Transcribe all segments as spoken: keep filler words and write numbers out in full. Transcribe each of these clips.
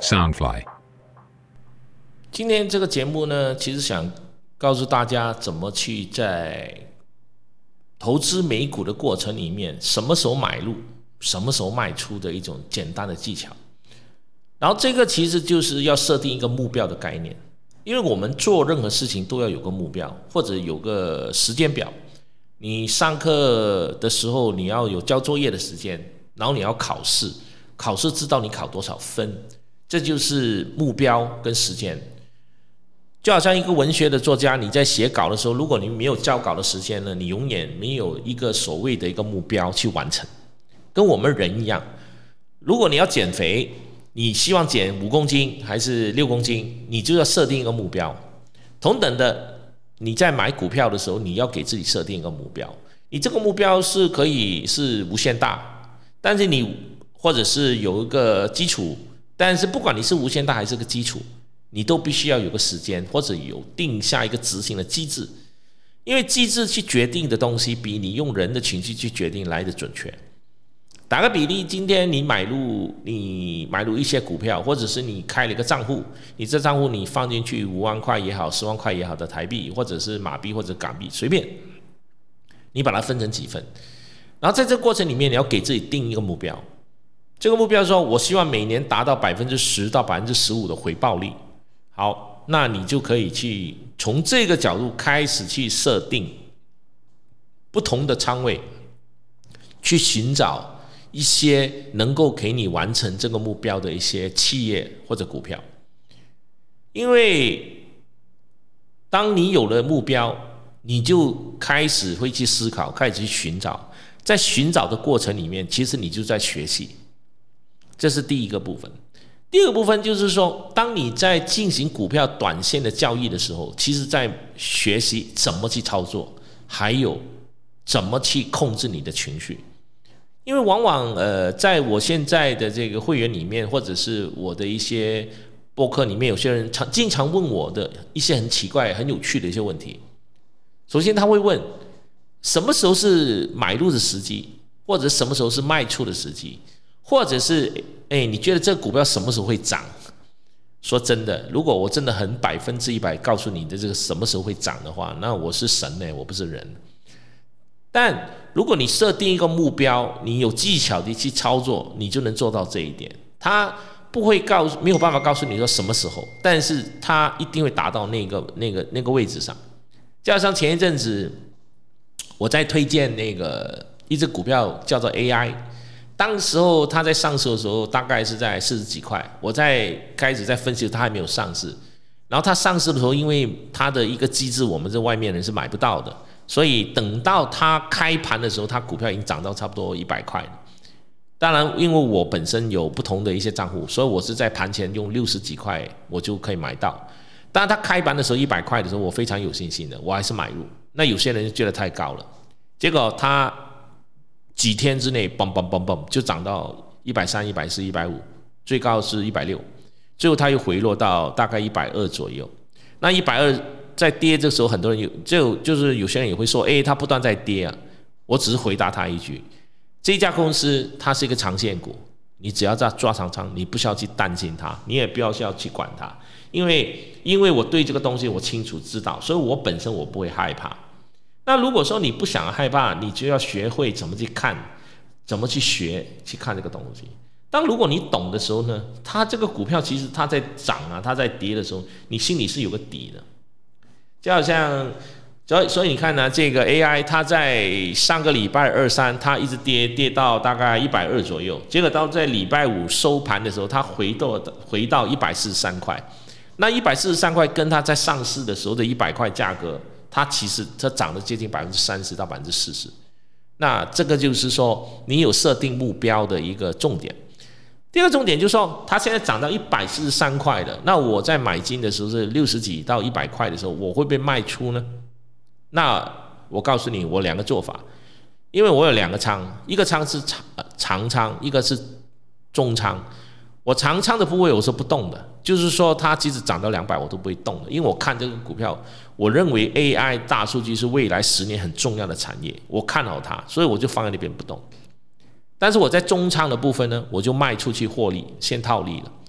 Soundfly。 今天这个节目呢，其实想告诉大家怎么去在投资美股的过程里面，什么时候买入，什么时候卖出的一种简单的技巧。然后这个其实就是要设定一个目标的概念，因为我们做任何事情都要有个目标，或者有个时间表。你上课的时候你要有交作业的时间，然后你要考试，考试知道你考多少分，这就是目标跟时间。就好像一个文学的作家，你在写稿的时候，如果你没有交稿的时间呢，你永远没有一个所谓的一个目标去完成。跟我们人一样，如果你要减肥，你希望减五公斤还是六公斤，你就要设定一个目标。同等的，你在买股票的时候，你要给自己设定一个目标。你这个目标是可以是无限大，但是你或者是有一个基础，但是不管你是无限大还是个基础，你都必须要有个时间，或者有定下一个执行的机制。因为机制去决定的东西，比你用人的情绪去决定来的准确。打个比例，今天你买入你买入一些股票，或者是你开了一个账户，你这账户你放进去五万块也好，十万块也好的台币，或者是马币或者港币，随便，你把它分成几份，然后在这个过程里面，你要给自己定一个目标。这个目标说，我希望每年达到百分之十到百分之十五的回报率。好，那你就可以去从这个角度开始去设定不同的仓位，去寻找一些能够给你完成这个目标的一些企业或者股票。因为当你有了目标，你就开始会去思考，开始去寻找，在寻找的过程里面，其实你就在学习，这是第一个部分。第二个部分就是说，当你在进行股票短线的交易的时候，其实在学习怎么去操作，还有怎么去控制你的情绪。因为往往呃，在我现在的这个会员里面，或者是我的一些播客里面，有些人常经常问我的一些很奇怪、很有趣的一些问题。首先他会问，什么时候是买入的时机，或者什么时候是卖出的时机，或者是哎，你觉得这个股票什么时候会涨？说真的，如果我真的很百分之一百告诉你的这个什么时候会涨的话，那我是神呢，我不是人。但如果你设定一个目标，你有技巧的去操作，你就能做到这一点。他不会告诉，没有办法告诉你说什么时候，但是他一定会达到那个那个那个位置上。就好像前一阵子我在推荐那个一只股票叫做 A I。当时候它在上市的时候，大概是在四十几块。我在开始在分析，它还没有上市。然后它上市的时候，因为它的一个机制，我们这外面人是买不到的，所以等到它开盘的时候，它股票已经涨到差不多一百块了。当然，因为我本身有不同的一些账户，所以我是在盘前用六十几块我就可以买到。当然，它开盘的时候一百块的时候，我非常有信心的，我还是买入。那有些人就觉得太高了，结果它几天之内嘣嘣嘣嘣就涨到一百三、一百四、一百五，最高是一百六，最后它又回落到大概一百二左右。那一百二在跌的时候，很多人有就就是有些人也会说，哎，它不断在跌啊。我只是回答他一句，这家公司它是一个长线股，你只要在抓长仓，你不需要去担心它，你也不要需要去管它，因为因为我对这个东西我清楚知道，所以我本身我不会害怕。那如果说你不想害怕，你就要学会怎么去看，怎么去学去看这个东西。当如果你懂的时候呢，它这个股票其实它在涨啊，它在跌的时候，你心里是有个底的。就好像，所以所以你看呢，这个 A I 它在上个礼拜二三，它一直跌跌到大概一百二左右，结果到在礼拜五收盘的时候，它回到回到一百四十三块。那一百四十三块跟它在上市的时候的一百块价格，它其实它涨了接近百分之三十到百分之四十。那这个就是说，你有设定目标的一个重点。第二个重点就是说，它现在涨到一百四十三块了。那我在买进的时候是六十几到一百块的时候，我会被卖出呢？那我告诉你，我两个做法，因为我有两个仓，一个仓是长长仓，一个是中仓。我长仓的部位我是不动的，就是说它即使涨到两百我都不会动的，因为我看这个股票，我认为 A I 大数据是未来十年很重要的产业，我看好它，所以我就放在那边不动。但是我在中仓的部分呢，我就卖出去获利，先套利了。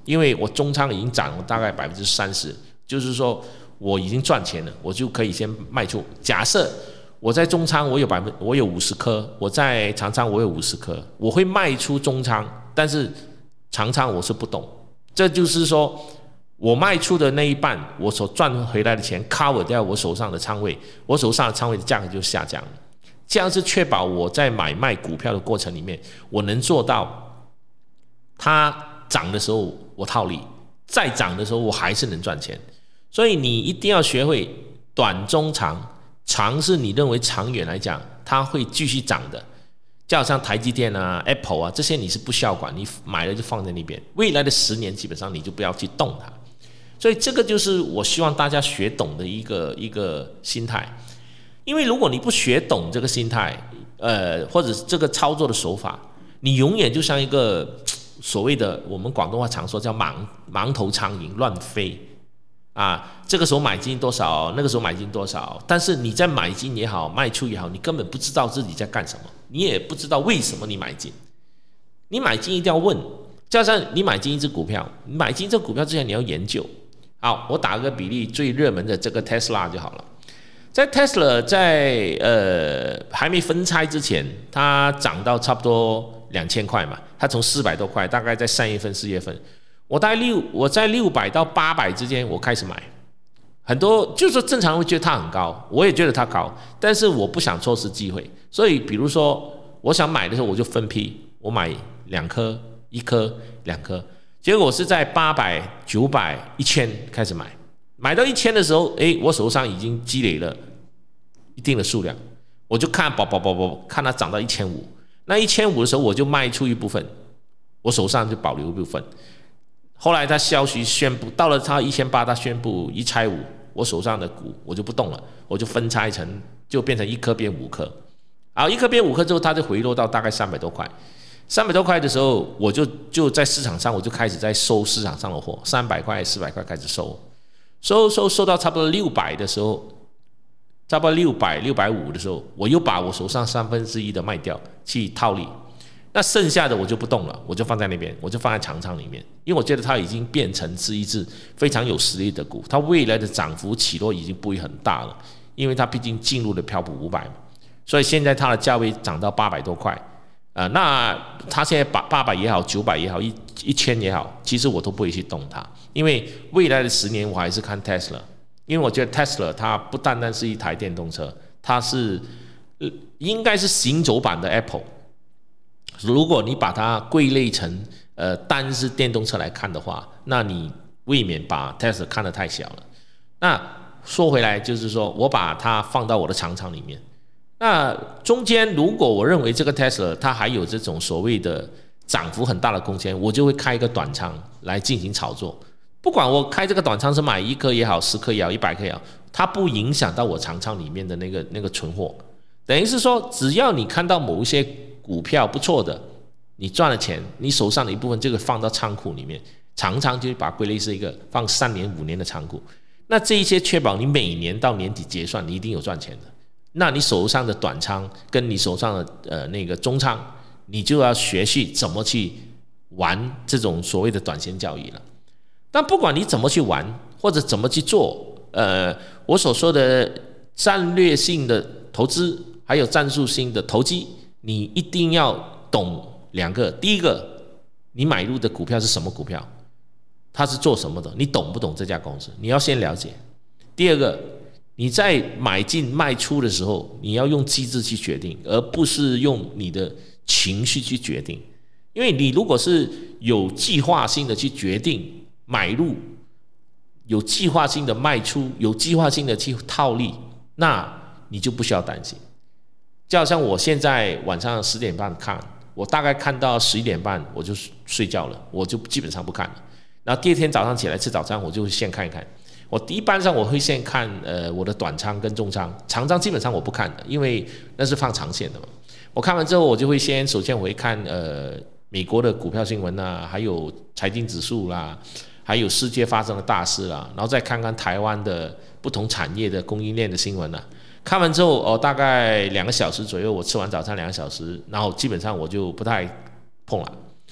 因为我中仓已经涨了大概百分之三十，就是说我已经赚钱了，我就可以先卖出。假设我在中仓我有百分我有五十颗，我在长仓我有五十颗，我会卖出中仓，但是长仓我是不动。这就是说我卖出的那一半，我所赚回来的钱 cover 掉我手上的仓位，我手上的仓位的价格就下降了。这样是确保我在买卖股票的过程里面，我能做到它涨的时候我套利，再涨的时候我还是能赚钱。所以你一定要学会短中长，长是你认为长远来讲它会继续涨的，就好像台积电啊 Apple 啊这些你是不需要管，你买了就放在那边，未来的十年基本上你就不要去动它。所以这个就是我希望大家学懂的一个一个心态。因为如果你不学懂这个心态，呃，或者是这个操作的手法，你永远就像一个所谓的我们广东话常说叫盲盲头苍蝇乱飞啊，这个时候买进多少，那个时候买进多少，但是你在买进也好，卖出也好，你根本不知道自己在干什么，你也不知道为什么你买进。你买进一定要问，就像你买进一只股票，你买进这股票之前你要研究。好，我打个比例，最热门的这个 Tesla 就好了。在 Tesla 在呃还没分拆之前，它涨到差不多两千块嘛，它从四百多块，大概在三月份、四月份，我大概六我在六百到八百之间，我开始买。很多就是说正常人会觉得它很高，我也觉得它高，但是我不想错失机会，所以比如说我想买的时候，我就分批，我买两颗、一颗、两颗，结果我是在八百、九百、一千开始买。买到一千的时候，哎，我手上已经积累了一定的数量，我就看，宝宝宝宝，看它涨到一千五，那一千五的时候，我就卖出一部分，我手上就保留一部分。后来他消息宣布，到了他一千八，他宣布一拆五，我手上的股我就不动了，我就分拆成，就变成一颗变五颗，好，一颗变五颗之后，它就回落到大概三百多块。三百多块的时候，我就就在市场上，我就开始在收市场上的货，三百块、四百块开始收。收收收到差不多六百的时候，差不多六百、六百五的时候，我又把我手上三分之一的卖掉去套利，那剩下的我就不动了，我就放在那边，我就放在长仓里面，因为我觉得它已经变成是一只非常有实力的股，它未来的涨幅起落已经不会很大了，因为它毕竟进入了标普五百嘛，所以现在它的价位涨到八百多块。呃，那它现在八八百也好，九百也好，一一千也好，其实我都不会去动它，因为未来的十年我还是看 Tesla， 因为我觉得 Tesla 它不单单是一台电动车，它是、呃、应该是行走版的 Apple。如果你把它归类成呃单是电动车来看的话，那你未免把 Tesla 看得太小了。那说回来，就是说我把它放到我的长仓里面。那中间如果我认为这个 Tesla 它还有这种所谓的涨幅很大的空间，我就会开一个短仓来进行炒作。不管我开这个短仓是买一颗也好，十颗也好，一百颗也好，它不影响到我长仓里面的那个那个存货。等于是说，只要你看到某一些股票不错的，你赚了钱，你手上的一部分这个放到仓库里面，常常就把它归类是一个放三年五年的仓库。那这一些确保你每年到年底结算，你一定有赚钱的。那你手上的短仓跟你手上的呃那个中仓，你就要学习怎么去玩这种所谓的短线交易了。但不管你怎么去玩或者怎么去做，呃，我所说的战略性的投资还有战术性的投机，你一定要懂两个。第一个，你买入的股票是什么股票，它是做什么的，你懂不懂这家公司，你要先了解。第二个，你在买进卖出的时候，你要用机制去决定，而不是用你的情绪去决定。因为你如果是有计划性的去决定买入，有计划性的卖出，有计划性的去套利，那你就不需要担心。就好像我现在晚上十点半看，我大概看到十一点半我就睡觉了，我就基本上不看了。然后第二天早上起来吃早餐，我就先看一看。我一般上我会先看呃我的短仓跟重仓，长仓基本上我不看的，因为那是放长线的嘛。我看完之后，我就会先首先我会看呃美国的股票新闻啊，还有财经指数啦，还有世界发生的大事啦，然后再看看台湾的不同产业的供应链的新闻啦。看完之后哦，大概两个小时左右，我吃完早餐两个小时，然后基本上我就不太碰了。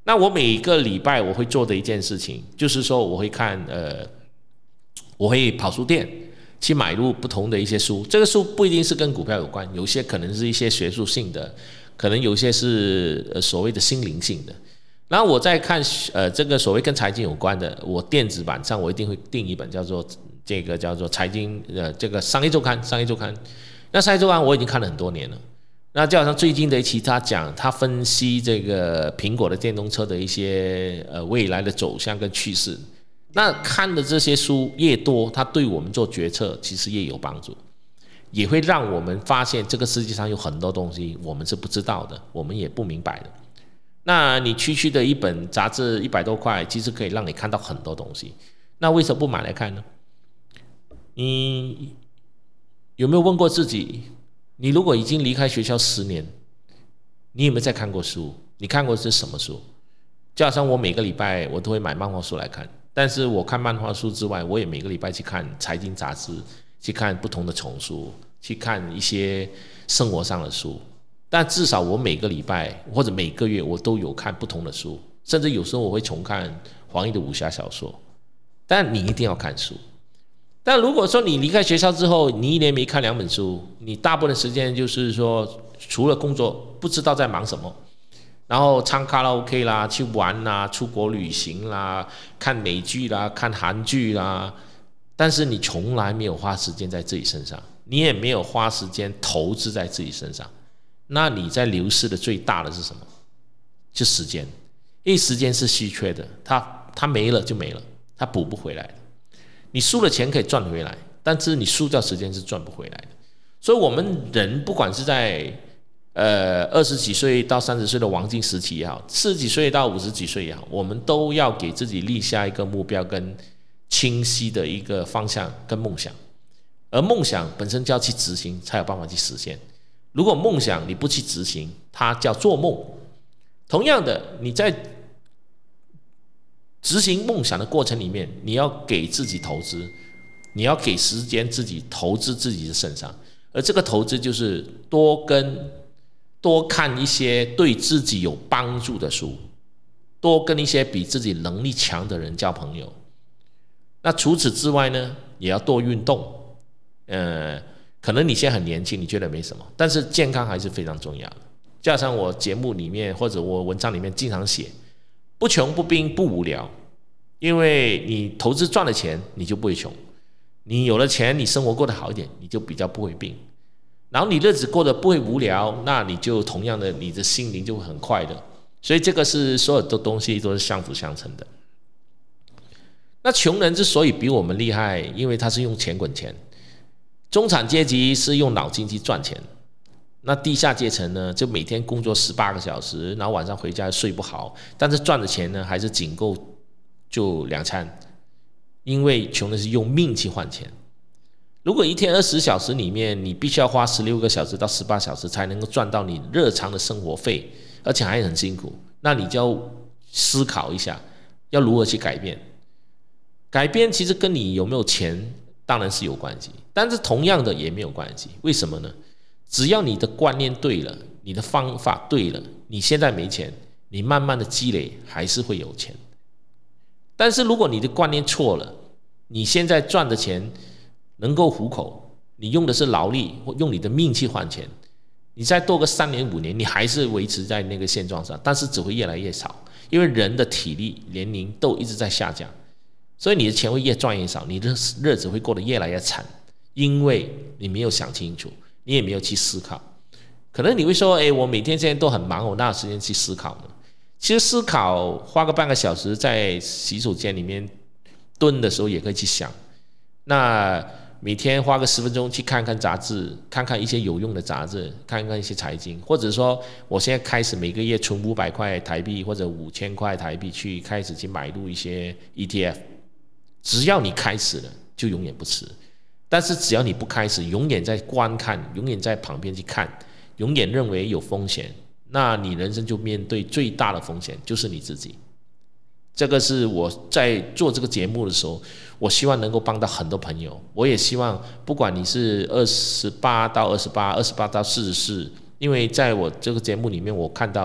那我每个礼拜我会做的一件事情，就是说我会看呃，我会跑书店去买入不同的一些书。这个书不一定是跟股票有关，有些可能是一些学术性的，可能有些是呃所谓的心灵性的。然后我再看呃这个所谓跟财经有关的，我电子版上我一定会订一本叫做这个叫做财经呃这个商业周刊，商业周刊。那商业周刊我已经看了很多年了。那就好像最近的一期，他讲他分析这个苹果的电动车的一些呃未来的走向跟趋势。那看的这些书越多，它对我们做决策其实也有帮助，也会让我们发现这个世界上有很多东西我们是不知道的，我们也不明白的。那你区区的一本杂志一百多块，其实可以让你看到很多东西。那为什么不买来看呢？你有没有问过自己？你如果已经离开学校十年，你有没有再看过书？你看过是什么书？就好像我每个礼拜我都会买漫画书来看，但是我看漫画书之外，我也每个礼拜去看财经杂志，去看不同的丛书，去看一些生活上的书。但至少我每个礼拜或者每个月我都有看不同的书，甚至有时候我会重看黄易的武侠小说。但你一定要看书。但如果说你离开学校之后，你一年没看两本书，你大部分的时间就是说除了工作不知道在忙什么，然后唱卡拉 OK 啦，去玩啦，出国旅行啦，看美剧啦，看韩剧啦，但是你从来没有花时间在自己身上，你也没有花时间投资在自己身上。那你在流失的最大的是什么？就时间。因为时间是稀缺的，它它没了就没了，它补不回来的。你输了钱可以赚回来，但是你输掉时间是赚不回来的。所以我们人不管是在呃二十几岁到三十岁的黄金时期也好，四十几岁到五十几岁也好，我们都要给自己立下一个目标跟清晰的一个方向跟梦想。而梦想本身就要去执行才有办法去实现。如果梦想你不去执行，它叫做梦。同样的，你在执行梦想的过程里面，你要给自己投资，你要给时间自己投资自己的身上，而这个投资就是多跟多看一些对自己有帮助的书，多跟一些比自己能力强的人交朋友。那除此之外呢，也要多运动。呃，可能你现在很年轻，你觉得没什么，但是健康还是非常重要的。加上我节目里面或者我文章里面经常写，不穷不冰不无聊，因为你投资赚了钱，你就不会穷；你有了钱，你生活过得好一点，你就比较不会病。然后你日子过得不会无聊，那你就同样的，你的心灵就会很快乐。所以这个是所有的东西都是相辅相成的。那穷人之所以比我们厉害，因为他是用钱滚钱；中产阶级是用脑筋去赚钱。那地下阶层呢，就每天工作十八个小时，然后晚上回家睡不好，但是赚的钱呢，还是仅够就两餐，因为穷人是用命去换钱。如果一天二十小时里面，你必须要花十六个小时到十八小时才能够赚到你日常的生活费，而且还很辛苦，那你就要思考一下，要如何去改变。改变其实跟你有没有钱当然是有关系，但是同样的也没有关系。为什么呢？只要你的观念对了，你的方法对了，你现在没钱，你慢慢的积累还是会有钱。但是如果你的观念错了，你现在赚的钱能够糊口，你用的是劳力或用你的命去换钱，你再多个三年五年，你还是维持在那个现状上，但是只会越来越少，因为人的体力年龄都一直在下降，所以你的钱会越赚越少，你的日子会过得越来越惨，因为你没有想清楚，你也没有去思考。可能你会说，哎，我每天现在都很忙，我哪有时间去思考呢？其实思考花个半个小时在洗手间里面蹲的时候也可以去想。那每天花个十分钟去看看杂志，看看一些有用的杂志，看看一些财经，或者说我现在开始每个月存五百块台币或者五千块台币去开始去买入一些 E T F。只要你开始了，就永远不迟。但是只要你不开始，永远在观看，永远在旁边去看，永远认为有风险，那你人生就面对最大的风险，就是你自己。这个是我在做这个节目的时候，我希望能够帮到很多朋友。我也希望不管你是二十八到二十八、二十八到四十四，因为在我这个节目里面，我看到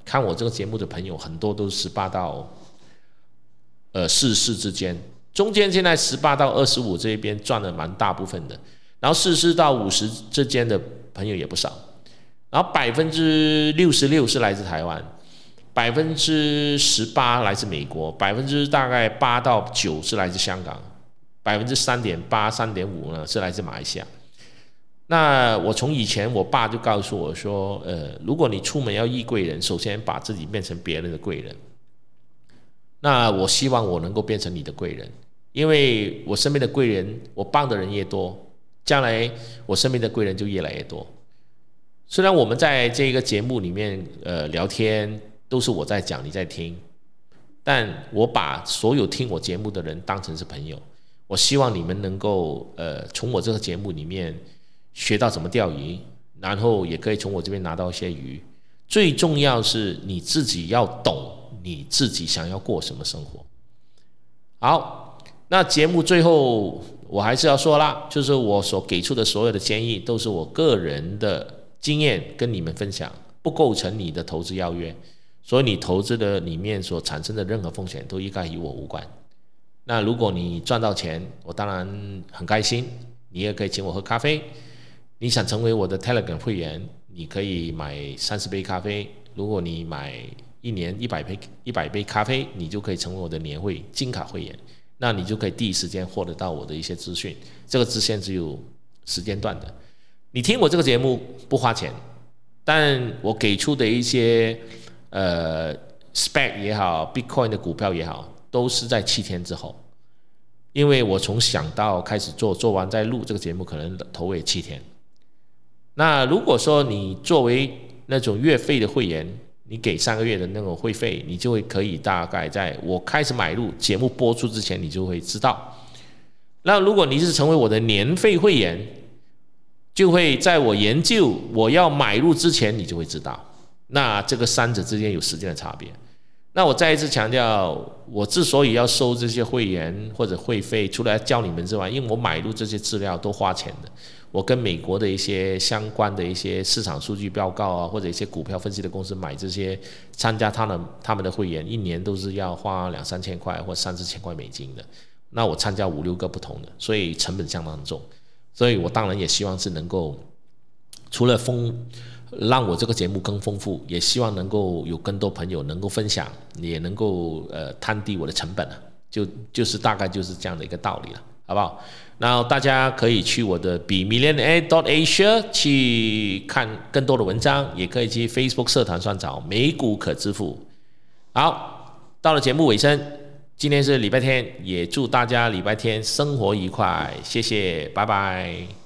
看我这个节目的朋友很多都是十八到呃四十四之间，中间现在十八到二十五这一边赚了蛮大部分的，然后四十到五十之间的朋友也不少，然后百分之六十六是来自台湾，百分之十八来自美国，百分之大概八到九是来自香港，百分之三点八、三点五呢是来自马来西亚。那我从以前我爸就告诉我说，呃，如果你出门要遇贵人，首先把自己变成别人的贵人。那我希望我能够变成你的贵人，因为我身边的贵人，我帮的人越多，将来我身边的贵人就越来越多。虽然我们在这个节目里面，呃，聊天都是我在讲，你在听，但我把所有听我节目的人当成是朋友。我希望你们能够，呃，从我这个节目里面学到怎么钓鱼，然后也可以从我这边拿到一些鱼。最重要是你自己要懂你自己想要过什么生活。好，那节目最后我还是要说啦，就是我所给出的所有的建议都是我个人的经验跟你们分享，不构成你的投资邀约，所以你投资的里面所产生的任何风险都应该与我无关。那如果你赚到钱，我当然很开心，你也可以请我喝咖啡。你想成为我的 Telegram 会员，你可以买三十杯咖啡。如果你买一年一百杯一百杯咖啡，你就可以成为我的年会金卡会员。那你就可以第一时间获得到我的一些资讯。这个支线只有时间段的。你听我这个节目不花钱，但我给出的一些呃 spec 也好 ，Bitcoin 的股票也好，都是在七天之后。因为我从想到开始做，做完再录这个节目，可能头尾七天。那如果说你作为那种月费的会员，你给三个月的那种会费，你就会可以大概在我开始买入节目播出之前，你就会知道。那如果你是成为我的年费会员，就会在我研究我要买入之前，你就会知道。那这个三者之间有时间的差别。那我再一次强调，我之所以要收这些会员或者会费，除了要教你们之外，因为我买入这些资料都花钱的。我跟美国的一些相关的一些市场数据报告啊，或者一些股票分析的公司买这些参加他们他们的会员，一年都是要花两三千块或三四千块美金的。那我参加五六个不同的，所以成本相当重。所以我当然也希望是能够除了丰让我这个节目更丰富，也希望能够有更多朋友能够分享，也能够呃摊低我的成本啊，就就是大概就是这样的一个道理了，好不好？那大家可以去我的 be millionaire dot asia 去看更多的文章，也可以去 Facebook 社团上找美股可致富。好，到了节目尾声，今天是礼拜天，也祝大家礼拜天生活愉快，谢谢，拜拜。